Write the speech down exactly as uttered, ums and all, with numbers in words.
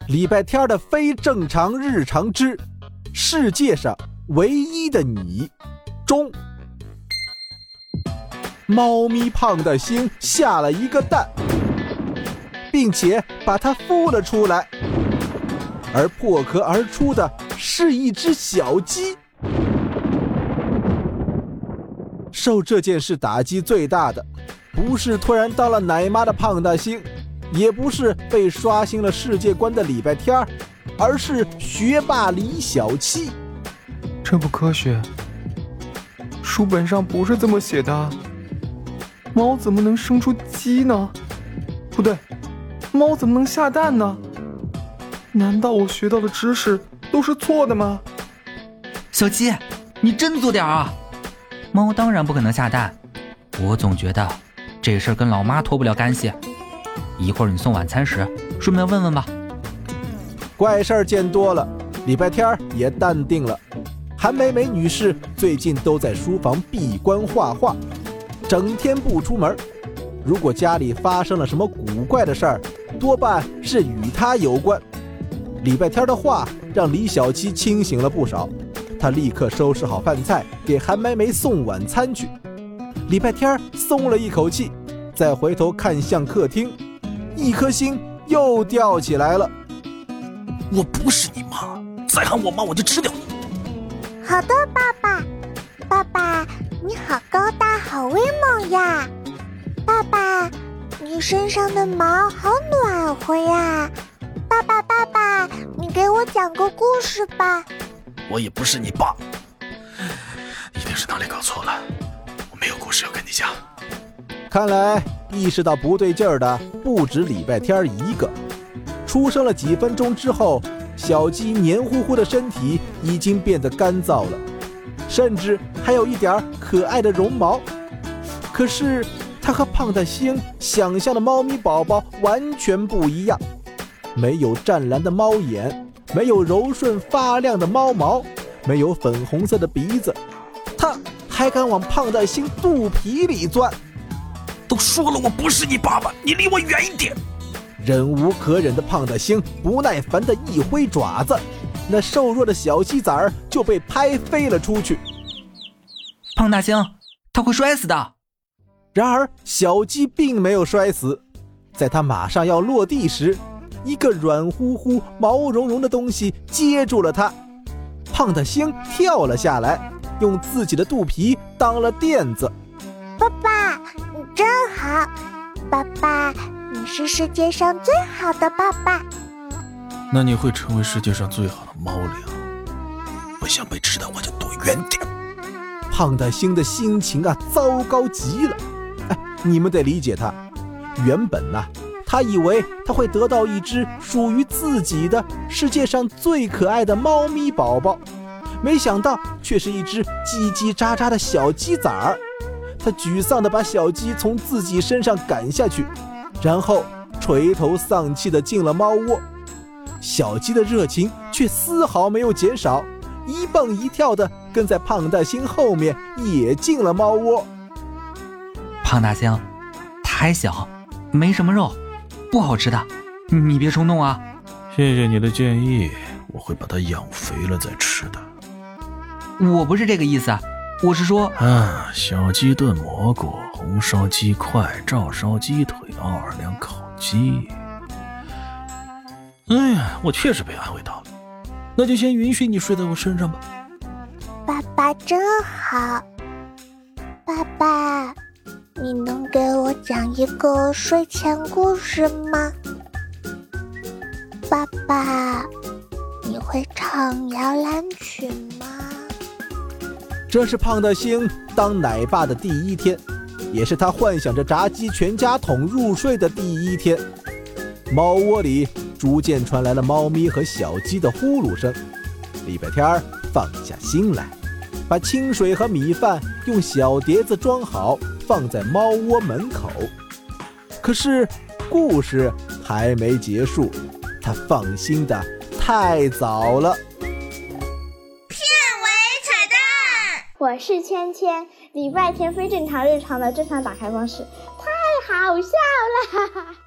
礼拜天的非正常日常之世界上唯一的你中。猫咪胖大星下了一个蛋，并且把它孵了出来，而破壳而出的是一只小鸡。受这件事打击最大的，不是突然当了奶妈的胖大星，也不是被刷新了世界观的礼拜天，而是学霸李小七。 这不科学，书本上不是这么写的。猫怎么能生出鸡呢？不对，猫怎么能下蛋呢？难道我学到的知识都是错的吗？ 小七，你真做点啊！猫当然不可能下蛋，我总觉得这事儿跟老妈脱不了干系。一会儿你送晚餐时，顺便问问吧。 怪事儿见多了，礼拜天也淡定了。韩美美女士最近都在书房闭关画画，整天不出门。如果家里发生了什么古怪的事儿，多半是与她有关。礼拜天的画让李小七清醒了不少，他立刻收拾好饭菜，给韩美美送晚餐去。礼拜天松了一口气，再回头看向客厅，一颗心又吊起来了。 我不是你妈，再喊我妈我就吃掉你。 好的，爸爸。爸爸，你好高大，好威猛呀！爸爸，你身上的毛好暖和呀！爸爸，爸爸，你给我讲个故事吧。 我也不是你爸，一定是哪里搞错了，我没有故事要跟你讲。 看来意识到不对劲儿的不止礼拜天一个。出生了几分钟之后，小鸡黏糊糊的身体已经变得干燥了，甚至还有一点可爱的绒毛。可是它和胖大星想象的猫咪宝宝完全不一样，没有湛蓝的猫眼，没有柔顺发亮的猫毛，没有粉红色的鼻子，它还敢往胖大星肚皮里钻。 都说了我不是你爸爸，你离我远一点。 忍无可忍的胖大星不耐烦的一挥爪子，那瘦弱的小鸡崽儿就被拍飞了出去。 胖大星，他会摔死的。 然而小鸡并没有摔死，在它马上要落地时，一个软乎乎毛茸茸的东西接住了它。胖大星跳了下来，用自己的肚皮当了垫子。 爸爸，你真好。爸爸，你是世界上最好的爸爸。 那你会成为世界上最好的猫粮。不想被吃的话就躲远点。 胖大星的心情啊，糟糕极了。哎，你们得理解他。原本啊，他以为他会得到一只属于自己的世界上最可爱的猫咪宝宝，没想到却是一只叽叽喳喳的小鸡崽儿。他沮丧地把小鸡从自己身上赶下去，然后垂头丧气地进了猫窝。小鸡的热情却丝毫没有减少，一蹦一跳地跟在胖大星后面也进了猫窝。 胖大星，它还小，没什么肉，不好吃的，你别冲动啊。 谢谢你的建议，我会把它养肥了再吃的。 我不是这个意思，我是说啊，小鸡炖蘑菇，红烧鸡块，照烧鸡腿，奥尔良烤鸡。哎呀，我确实被安慰到了，那就先允许你睡在我身上吧。 爸爸真好。爸爸，你能给我讲一个睡前故事吗？爸爸，你会唱摇篮曲吗？ 这是胖大星当奶爸的第一天，也是他幻想着炸鸡全家桶入睡的第一天。猫窝里逐渐传来了猫咪和小鸡的呼噜声。礼拜天放下心来，把清水和米饭用小碟子装好，放在猫窝门口。可是故事还没结束，他放心的太早了。 我是芊芊，礼拜天非正常日常的正常打开方式，太好笑了！